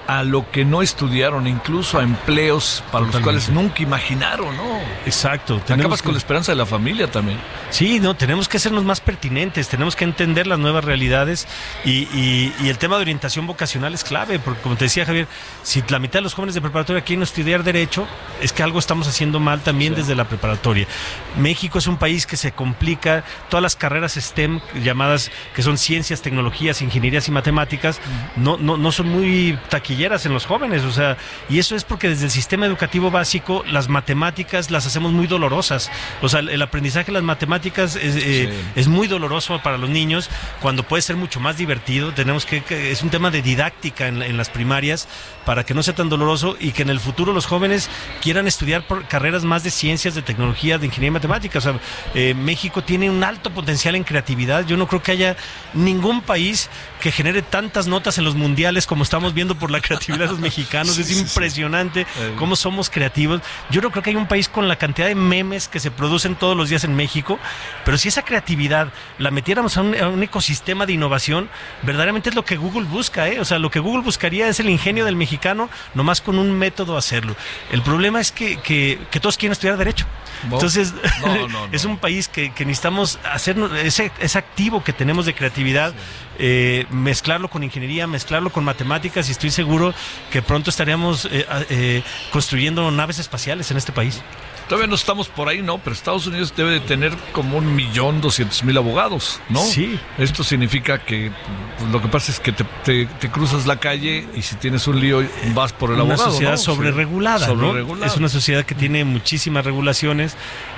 a lo que no estudiaron, incluso a empleos para Totalmente. Los cuales nunca imaginaron, ¿no? Exacto. Te acabas que... con la esperanza de la familia también. Sí, no, tenemos que hacernos más pertinentes, tenemos que entender las nuevas realidades y, y, y el tema de orientación vocacional es clave, porque como te decía Javier, si la mitad de los jóvenes de preparatoria quieren estudiar Derecho, es que algo estamos haciendo mal también sí. desde la preparatoria. México es un país que se complica, todas las carreras STEM, llamadas que son ciencias, tecnologías, ingenierías y matemáticas, uh-huh. no, no, no son muy taquilleras en los jóvenes, o sea, y eso es porque desde el sistema educativo básico las matemáticas las hacemos muy dolorosas, o sea, el, el aprendizaje de las matemáticas es, eh, sí. es muy doloroso para los niños, cuando puede ser mucho más divertido. Tenemos que, que es un tema de didáctica en, en las primarias para que no sea tan doloroso y que en el futuro los jóvenes quieran estudiar por carreras más de ciencias, de tecnología, de ingeniería y matemáticas. O sea, eh, México tiene un alto potencial en creatividad. Yo no creo que haya ningún país que genere tantas notas en los mundiales como estamos viendo por la creatividad de los mexicanos. Sí, es impresionante sí, sí. cómo somos creativos. Yo no creo que haya un país con la cantidad de memes que se producen todos los días en México, pero si esa creatividad la metiéramos a un, a un ecosistema de innovación, verdaderamente es lo que Google busca, ¿eh? O sea, lo que Google buscaría es el ingenio del mexicano, nomás con un método hacerlo. El problema es que, que, que todos quieren estudiar Derecho. No, Entonces, no, no, no. es un país que, que necesitamos hacer ese, ese activo que tenemos de creatividad, sí. eh, mezclarlo con ingeniería, mezclarlo con matemáticas, y estoy seguro que pronto estaríamos eh, eh, construyendo naves espaciales en este país. Todavía no estamos por ahí, ¿no? Pero Estados Unidos debe de tener como un millón doscientos mil abogados, ¿no? Sí. Esto significa que pues, lo que pasa es que te, te, te cruzas la calle y si tienes un lío vas por el una abogado, Una sociedad ¿no? sobreregulada, sí. ¿no? Sobreregulada. Es una sociedad que tiene muchísimas regulaciones,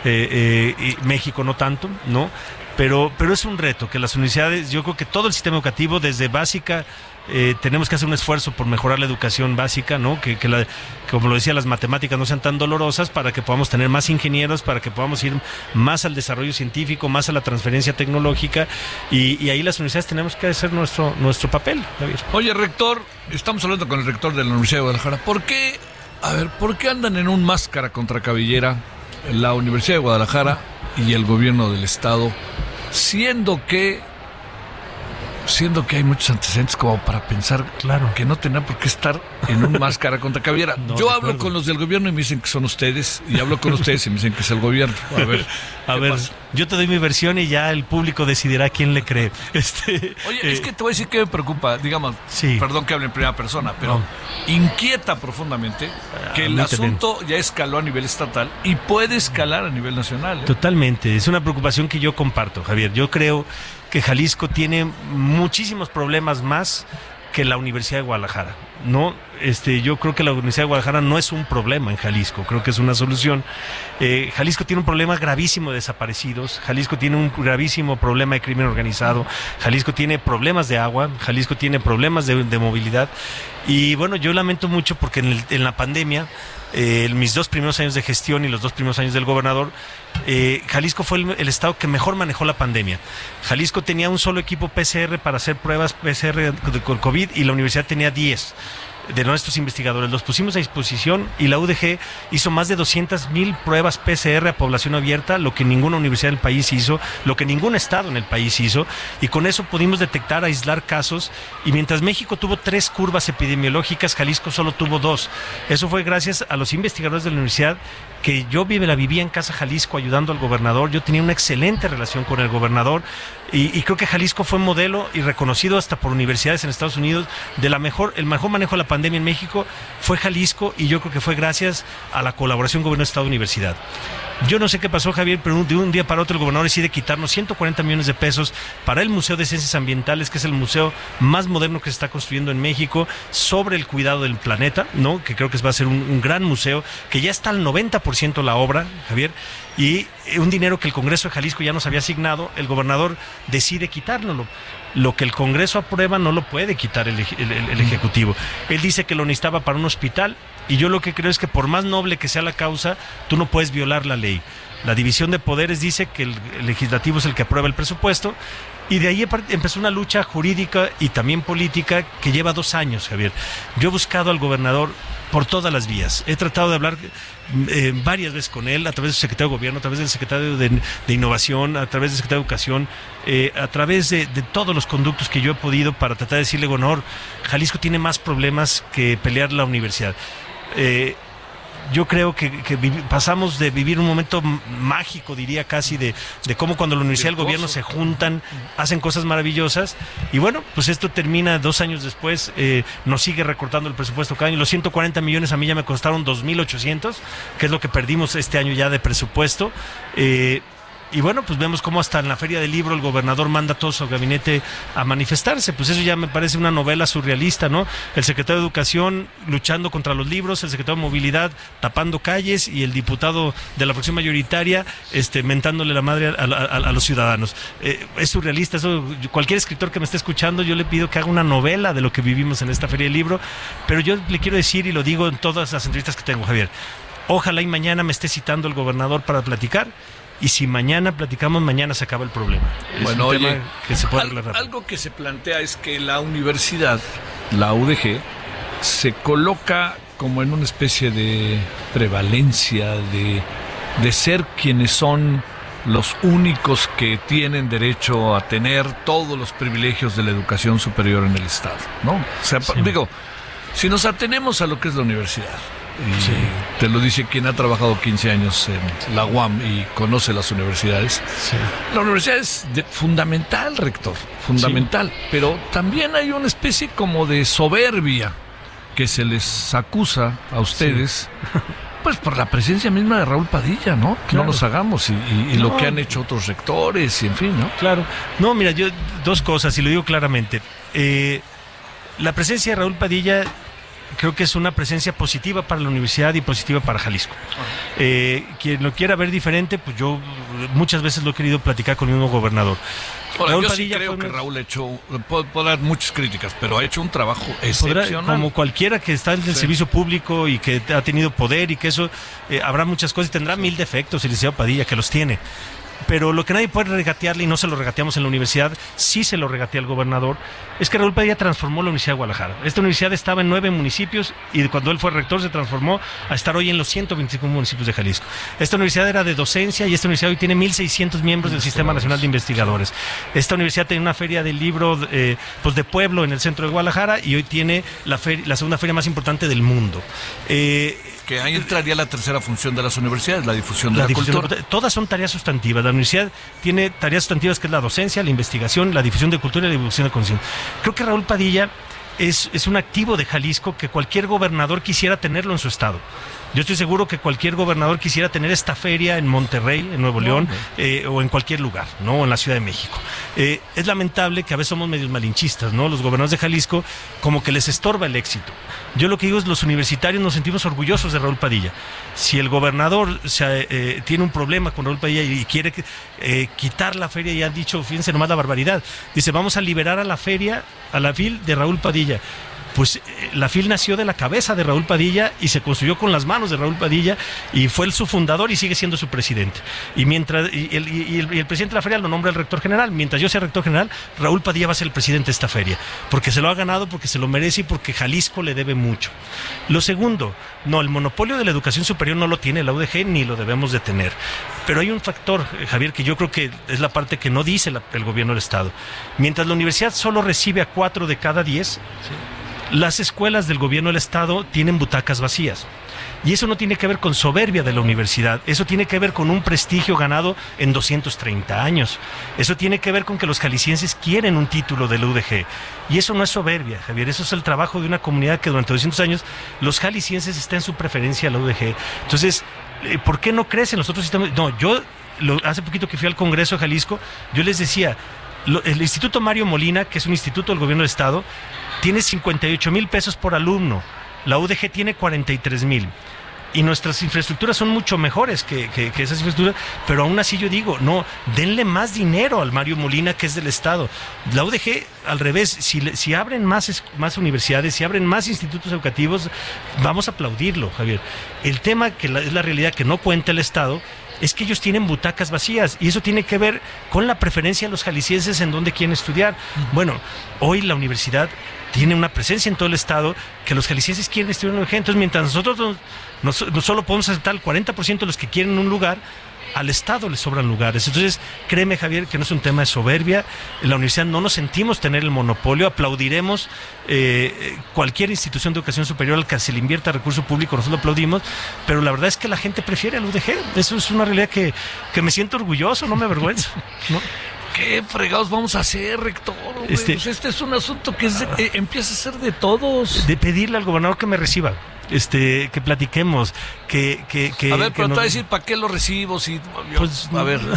eh, eh, y México no tanto, ¿no? Pero, pero es un reto que las universidades, yo creo que todo el sistema educativo, desde básica, Eh, tenemos que hacer un esfuerzo por mejorar la educación básica, ¿no? Que, que la, como lo decía, las matemáticas no sean tan dolorosas, para que podamos tener más ingenieros, para que podamos ir más al desarrollo científico, más a la transferencia tecnológica, y, y ahí las universidades tenemos que hacer nuestro, nuestro papel, Javier. Oye, rector, estamos hablando con el rector de la Universidad de Guadalajara. ¿Por qué, a ver, por qué andan en un máscara contra cabellera la Universidad de Guadalajara y el gobierno del estado, siendo que siendo que hay muchos antecedentes como para pensar claro que no tendrá por qué estar en un máscara contra cabellera? No, yo hablo con los del gobierno y me dicen que son ustedes, y hablo con ustedes y me dicen que es el gobierno. A ver, a ver, pasa? Yo te doy mi versión y ya el público decidirá quién le cree. Este, Oye, eh, es que te voy a decir que me preocupa, digamos, sí. perdón que hable en primera persona, pero no. inquieta profundamente que el asunto ya escaló a nivel estatal y puede escalar a nivel nacional, ¿eh? Totalmente, es una preocupación que yo comparto, Javier. Yo creo que Jalisco tiene muchísimos problemas más que la Universidad de Guadalajara. No, este, yo creo que la Universidad de Guadalajara no es un problema en Jalisco, creo que es una solución. Eh, Jalisco tiene un problema gravísimo de desaparecidos, Jalisco tiene un gravísimo problema de crimen organizado, Jalisco tiene problemas de agua, Jalisco tiene problemas de, de movilidad, y bueno, yo lamento mucho porque en, el, en la pandemia, eh, en mis dos primeros años de gestión y los dos primeros años del gobernador, eh, Jalisco fue el, el estado que mejor manejó la pandemia. Jalisco tenía un solo equipo P C R para hacer pruebas P C R de COVID, y la universidad tenía diez de nuestros investigadores. Los pusimos a disposición y la U D G hizo más de doscientas mil pruebas P C R a población abierta, lo que ninguna universidad del país hizo, lo que ningún estado en el país hizo, y con eso pudimos detectar, aislar casos, y mientras México tuvo tres curvas epidemiológicas, Jalisco solo tuvo dos. Eso fue gracias a los investigadores de la universidad, que yo vive, la vivía en Casa Jalisco ayudando al gobernador. Yo tenía una excelente relación con el gobernador, y, y creo que Jalisco fue modelo y reconocido hasta por universidades en Estados Unidos de la mejor, el mejor manejo de la pandemia en México fue Jalisco, y yo creo que fue gracias a la colaboración gobierno-estado-universidad. Yo no sé qué pasó, Javier, pero de un día para otro el gobernador decide quitarnos ciento cuarenta millones de pesos para el Museo de Ciencias Ambientales, que es el museo más moderno que se está construyendo en México sobre el cuidado del planeta, ¿no? Que creo que va a ser un, un gran museo, que ya está al noventa por ciento la obra, Javier, y un dinero que el Congreso de Jalisco ya nos había asignado, el gobernador decide quitárnoslo. Lo que el Congreso aprueba no lo puede quitar el, el, el Ejecutivo. Él dice que lo necesitaba para un hospital, y yo lo que creo es que por más noble que sea la causa, tú no puedes violar la ley. La división de poderes dice que el, el legislativo es el que aprueba el presupuesto, y de ahí empezó una lucha jurídica y también política que lleva dos años, Javier. Yo he buscado al gobernador por todas las vías. He tratado de hablar eh, varias veces con él, a través del secretario de Gobierno, a través del secretario de, de Innovación, a través del secretario de Educación, eh, a través de, de todos los conductos que yo he podido para tratar de decirle, gobernador, Jalisco tiene más problemas que pelear la universidad. Eh, Yo creo que, que vivi- pasamos de vivir un momento m- mágico, diría casi, de, de cómo cuando la universidad y el gobierno se juntan, hacen cosas maravillosas. Y bueno, pues esto termina dos años después, eh, nos sigue recortando el presupuesto cada año. Los ciento cuarenta millones a mí ya me costaron dos mil ochocientos, que es lo que perdimos este año ya de presupuesto. Eh, Y bueno, pues vemos cómo hasta en la Feria del Libro el gobernador manda a todo su gabinete a manifestarse. Pues eso ya me parece una novela surrealista, ¿no? El secretario de Educación luchando contra los libros, el secretario de Movilidad tapando calles y el diputado de la fracción mayoritaria este, mentándole la madre a, a, a, a los ciudadanos. Eh, es surrealista. Eso, cualquier escritor que me esté escuchando, yo le pido que haga una novela de lo que vivimos en esta Feria del Libro. Pero yo le quiero decir, y lo digo en todas las entrevistas que tengo, Javier, ojalá y mañana me esté citando el gobernador para platicar. Y si mañana platicamos, mañana se acaba el problema. Bueno, es un oye, tema que se puede al, arreglar rápido. algo que se plantea es que la universidad, la U D G, se coloca como en una especie de prevalencia de, de ser quienes son los únicos que tienen derecho a tener todos los privilegios de la educación superior en el Estado, ¿no? O sea, sí. digo, si nos atenemos a lo que es la universidad, y sí. te lo dice quien ha trabajado quince años en la U A M y conoce las universidades. Sí. La universidad es de, fundamental, rector, fundamental, sí. pero también hay una especie como de soberbia que se les acusa a ustedes, sí. pues por la presencia misma de Raúl Padilla, ¿no? Claro. No nos hagamos, y, y, y no. lo que han hecho otros rectores, y en fin, ¿no? Claro. No, mira, yo dos cosas, y lo digo claramente. Eh, la presencia de Raúl Padilla creo que es una presencia positiva para la universidad y positiva para Jalisco. Uh-huh. Eh, quien lo quiera ver diferente, pues yo muchas veces lo he querido platicar con el mismo gobernador. Ahora, Raúl yo Padilla sí creo que Raúl ha hecho, puedo, puedo dar muchas críticas, pero ha hecho un trabajo excepcional. Podrá, como cualquiera que está en el sí. servicio público y que ha tenido poder y que eso, eh, habrá muchas cosas y tendrá sí. mil defectos, el licenciado Padilla, que los tiene. Pero lo que nadie puede regatearle, y no se lo regateamos en la universidad, sí se lo regatea al gobernador, es que Raúl Padilla transformó la Universidad de Guadalajara. Esta universidad estaba en nueve municipios y cuando él fue rector se transformó a estar hoy en los ciento veinticinco municipios de Jalisco. Esta universidad era de docencia y esta universidad hoy tiene mil seiscientos miembros del Sistema Nacional de Investigadores. Esta universidad tenía una feria del libro eh, pues de pueblo en el centro de Guadalajara y hoy tiene la, feria, la segunda feria más importante del mundo. Eh, que ahí entraría la tercera función de las universidades, la difusión de la, la difusión cultura. De, todas son tareas sustantivas. La universidad tiene tareas sustantivas que es la docencia, la investigación, la difusión de cultura y la difusión de conocimiento. Creo que Raúl Padilla es, es un activo de Jalisco que cualquier gobernador quisiera tenerlo en su estado. Yo estoy seguro que cualquier gobernador quisiera tener esta feria en Monterrey, en Nuevo León, eh, o en cualquier lugar, ¿no? En la Ciudad de México. Eh, es lamentable que a veces somos medios malinchistas, ¿no? Los gobernadores de Jalisco como que les estorba el éxito. Yo lo que digo es los universitarios nos sentimos orgullosos de Raúl Padilla. Si el gobernador o sea, eh, tiene un problema con Raúl Padilla y quiere eh, quitar la feria, y han dicho, fíjense nomás la barbaridad, dice, vamos a liberar a la feria, a la FIL de Raúl Padilla. Pues eh, la FIL nació de la cabeza de Raúl Padilla y se construyó con las manos de Raúl Padilla y fue el, su fundador y sigue siendo su presidente. Y mientras y el, y el, y el presidente de la feria lo nombra el rector general. Mientras yo sea rector general, Raúl Padilla va a ser el presidente de esta feria, porque se lo ha ganado, porque se lo merece y porque Jalisco le debe mucho. Lo segundo, no, el monopolio de la educación superior no lo tiene la U D G ni lo debemos de tener. Pero hay un factor, Javier, que yo creo que es la parte que no dice la, el gobierno del Estado. Mientras la universidad solo recibe a cuatro de cada diez, ¿sí? Las escuelas del gobierno del Estado tienen butacas vacías. Y eso no tiene que ver con soberbia de la universidad, eso tiene que ver con un prestigio ganado en doscientos treinta años. Eso tiene que ver con que los jaliscienses quieren un título de la U D G. Y eso no es soberbia, Javier, eso es el trabajo de una comunidad que durante doscientos años los jaliscienses están en su preferencia a la U D G. Entonces, ¿por qué no crecen los otros sistemas? No, yo lo, hace poquito que fui al Congreso de Jalisco, yo les decía, lo, el Instituto Mario Molina, que es un instituto del gobierno del Estado, tiene cincuenta y ocho mil pesos por alumno, la U D G tiene cuarenta y tres mil. Y nuestras infraestructuras son mucho mejores que, que, que esas infraestructuras, pero aún así yo digo, no, denle más dinero al Mario Molina, que es del Estado. La U D G, al revés, si, si abren más, más universidades, si abren más institutos educativos, vamos a aplaudirlo, Javier. El tema que la, es la realidad que no cuenta el Estado es que ellos tienen butacas vacías y eso tiene que ver con la preferencia de los jaliscienses en dónde quieren estudiar. Uh-huh. Bueno, hoy la universidad tiene una presencia en todo el estado que los jaliscienses quieren estudiar en la U D G. Entonces, mientras nosotros no, no, no solo podemos aceptar el cuarenta por ciento de los que quieren un lugar, al Estado le sobran lugares. Entonces, créeme, Javier, que no es un tema de soberbia. En la universidad no nos sentimos tener el monopolio. Aplaudiremos eh, cualquier institución de educación superior al que se le invierta recurso público, nosotros lo aplaudimos, pero la verdad es que la gente prefiere al U D G. Eso es una realidad que, que me siento orgulloso, no me avergüenzo, ¿no? ¿Qué fregados vamos a hacer, rector? Este, pues este es un asunto que es de, eh, empieza a ser de todos. De pedirle al gobernador que me reciba. Este, que platiquemos, que, que, que a ver, que pero no... te voy a decir, ¿para qué lo recibo? Si, yo, pues, a ver,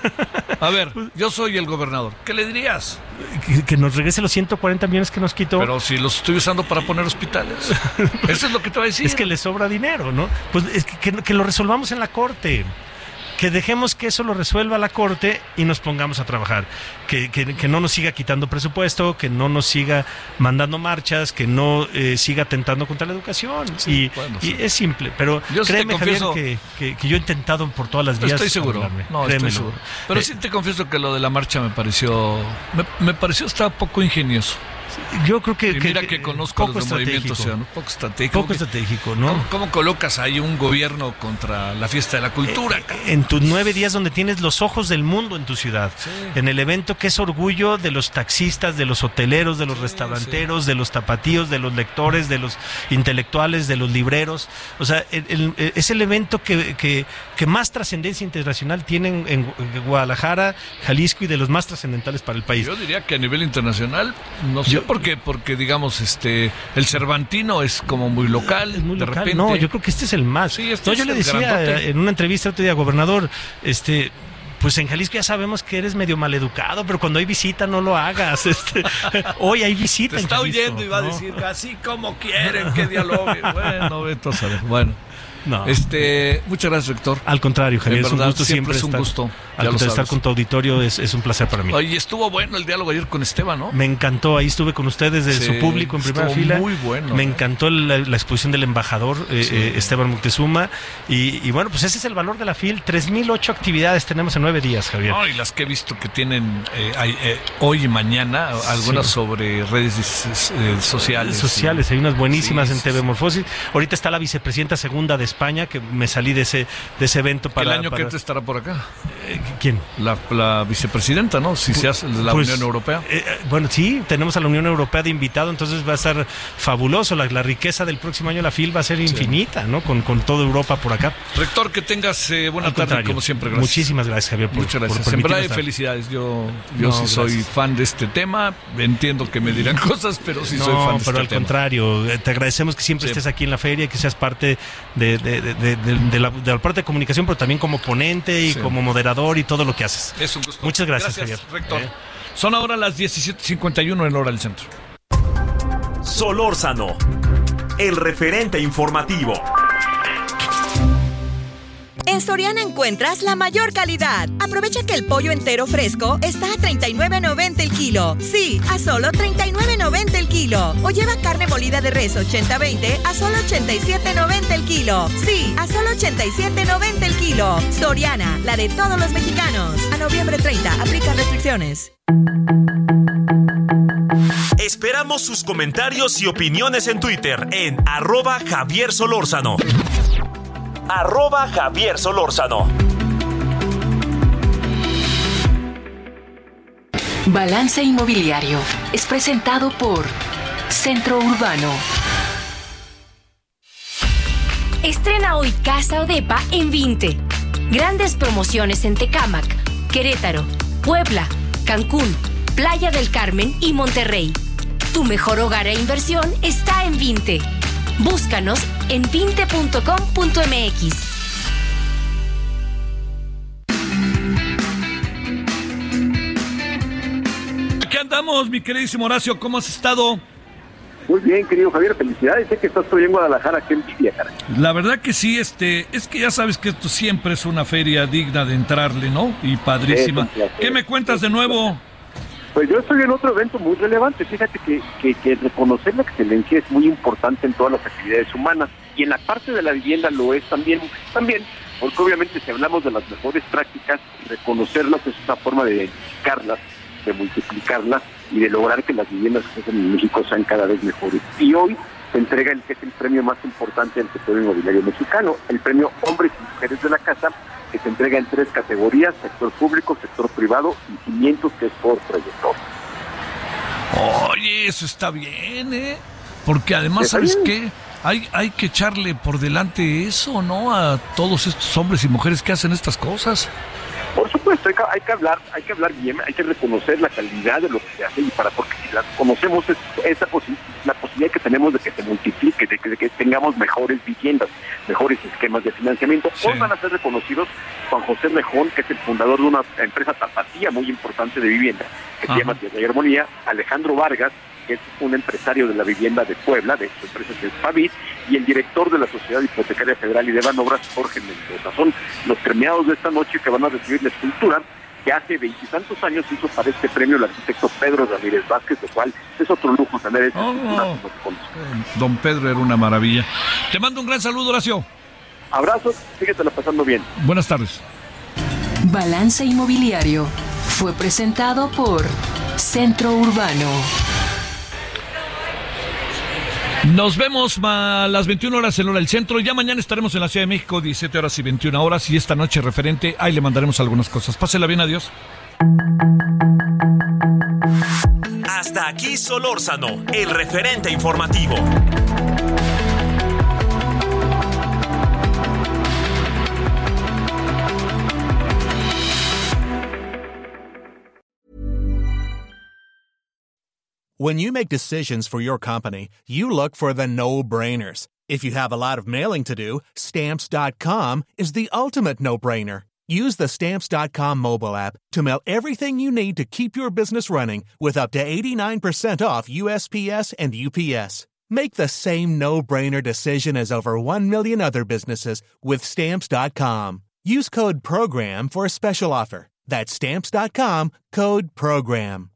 a ver, yo soy el gobernador, ¿qué le dirías? Que, que nos regrese los ciento cuarenta millones que nos quitó. Pero si los estoy usando para poner hospitales. Eso es lo que te voy a decir. Es que le sobra dinero, ¿no? Pues es que, que, que lo resolvamos en la corte. Que dejemos que eso lo resuelva la Corte y nos pongamos a trabajar. Que, que, que no nos siga quitando presupuesto, que no nos siga mandando marchas, que no eh, siga atentando contra la educación. Sí, y, bueno, sí. y es simple, pero yo créeme, sí confieso, Javier, que, que, que yo he intentado por todas las vías. Estoy seguro, no, estoy seguro. Pero eh, sí te confieso que lo de la marcha me pareció, me, me pareció estar poco ingenioso. Yo creo que... Y mira que, que conozco los movimientos ciudadanos, poco estratégico. Poco estratégico, ¿no? ¿Cómo, ¿Cómo colocas ahí un gobierno contra la fiesta de la cultura? Eh, en tus nueve días donde tienes los ojos del mundo en tu ciudad. Sí. En el evento que es orgullo de los taxistas, de los hoteleros, de los sí, restauranteros, sí. de los tapatíos, de los lectores, de los intelectuales, de los libreros. O sea, el, el, es el evento que, que, que más trascendencia internacional tienen en, en Guadalajara, Jalisco y de los más trascendentales para el país. Yo diría que a nivel internacional, no sé. Yo, ¿Por qué? Porque, digamos, este el Cervantino es como muy local. Es muy de local. Repente... No, yo creo que este es el más. Sí, este no, es yo le decía grandote. En una entrevista otro día, gobernador, este... pues en Jalisco ya sabemos que eres medio maleducado, pero cuando hay visita no lo hagas. Este, hoy hay visita. Te está Jalisco, oyendo y va ¿no? a decir, así como quieren que dialogue. Bueno, entonces, bueno. No. Este, muchas gracias, rector. Al contrario, Javier, en es verdad, un gusto siempre, siempre es un estar, gusto. Al contrario, estar con tu auditorio es, es un placer para mí. Oye, estuvo bueno el diálogo ayer con Esteban, ¿no? Me encantó, ahí estuve con ustedes desde sí, su público en primera fila. Muy bueno. Me ¿eh? encantó la, la exposición del embajador eh, sí. eh, Esteban Moctezuma y, y bueno, pues ese es el valor de la F I L. tres mil ocho actividades tenemos en nueve días, Javier. No, y las que he visto que tienen eh, hay, eh, hoy y mañana, algunas sí. sobre redes eh, sociales. Sociales, y... hay unas buenísimas sí, en T V sí. Morfosis. Ahorita está la vicepresidenta segunda de España, que me salí de ese de ese evento para... ¿El año para... que te estará por acá? Eh, ¿Quién? La, la vicepresidenta, ¿no? Si pues, se hace la pues, Unión Europea. Eh, bueno, sí, tenemos a la Unión Europea de invitado, entonces va a ser fabuloso. La, la riqueza del próximo año, la F I L va a ser infinita, sí. ¿no? Con, con toda Europa por acá. Rector, que tengas eh, buena Al tarde, contrario. como siempre. Gracias. Muchísimas gracias, Javier, por, Muchas gracias. por En verdad, estar. felicidades. Yo, yo no, sí soy gracias. fan de este tema. Entiendo que me dirán cosas, pero sí no, soy fan de pero este al tema. contrario, te agradecemos que siempre sí. estés aquí en la feria, que seas parte de, de, de, de, de, de, la, de la parte de comunicación, pero también como ponente y sí. como moderador y todo lo que haces. Es un gusto. Muchas gracias, gracias Javier. Rector. ¿Eh? Son ahora las diecisiete cincuenta y uno en hora del centro. Solórzano, el referente informativo. En Soriana encuentras la mayor calidad. Aprovecha que el pollo entero fresco está a treinta y nueve noventa el kilo. Sí, a solo treinta y nueve noventa el kilo. O lleva carne molida de res ochenta veinte a solo ochenta y siete noventa el kilo. Sí, a solo ochenta y siete noventa el kilo. Soriana, la de todos los mexicanos. A noviembre treinta, aplica restricciones. Esperamos sus comentarios y opiniones en Twitter en arroba Javier Solórzano. Arroba Javier Solórzano. Balance Inmobiliario es presentado por Centro Urbano. Estrena hoy Casa o Depa en Vinte. Grandes promociones en Tecámac, Querétaro, Puebla, Cancún, Playa del Carmen y Monterrey. Tu mejor hogar e inversión está en Vinte. Búscanos en vinte punto com punto m x. Aquí andamos, mi queridísimo Horacio, ¿cómo has estado? Muy bien, querido Javier, felicidades, sé que estás hoy en Guadalajara, qué envidia, cara. La verdad que sí, este, es que ya sabes que esto siempre es una feria digna de entrarle, ¿no? Y padrísima. ¿Qué me cuentas de nuevo? Pues yo estoy en otro evento muy relevante. Fíjate que, que, que reconocer la excelencia es muy importante en todas las actividades humanas y en la parte de la vivienda lo es también, también porque obviamente si hablamos de las mejores prácticas, reconocerlas es una forma de identificarlas, de multiplicarlas y de lograr que las viviendas que se hacen en México sean cada vez mejores. Y hoy se entrega el que es el premio más importante del sector inmobiliario mexicano, el premio Hombres y Mujeres de la Casa, que se entrega en tres categorías: sector público, sector privado y cimientos, que es por trayectoria. Oye, eso está bien, ¿eh? Porque además, ¿sabes qué? Hay, hay que echarle por delante eso, ¿no? A todos estos hombres y mujeres que hacen estas cosas. Por supuesto, hay que, hay que hablar, hay que hablar bien, hay que reconocer la calidad de lo que se hace, y para porque si la conocemos es esa posi- la posibilidad que tenemos de que se multiplique, de que, de que tengamos mejores viviendas, mejores esquemas de financiamiento. Sí. Hoy van a ser reconocidos Juan José Rejón, que es el fundador de una empresa tapatía muy importante de vivienda, que Ajá. se llama Tierra y Armonía; Alejandro Vargas, que es un empresario de la vivienda de Puebla, de su empresa que es Pavit, y el director de la Sociedad Hipotecaria Federal y de Banobras, Jorge Mendoza. Son los premiados de esta noche que van a recibir la escultura que hace veintitantos años hizo para este premio el arquitecto Pedro Ramírez Vázquez, lo cual es otro lujo tener esta oh, escultura. Oh. Don Pedro era una maravilla. Te mando un gran saludo, Horacio. Abrazos, síguetela pasando bien. Buenas tardes. Balance Inmobiliario fue presentado por Centro Urbano. Nos vemos a las veintiuna horas en hora del centro. Ya mañana estaremos en la Ciudad de México, diecisiete horas y veintiuna horas. Y esta noche referente, ahí le mandaremos algunas cosas. Pásela bien, adiós. Hasta aquí Solórzano, el referente informativo. When you make decisions for your company, you look for the no-brainers. If you have a lot of mailing to do, Stamps dot com is the ultimate no-brainer. Use the Stamps dot com mobile app to mail everything you need to keep your business running with up to eighty-nine percent off U S P S and U P S. Make the same no-brainer decision as over one million other businesses with Stamps dot com. Use code PROGRAM for a special offer. That's Stamps dot com, code PROGRAM.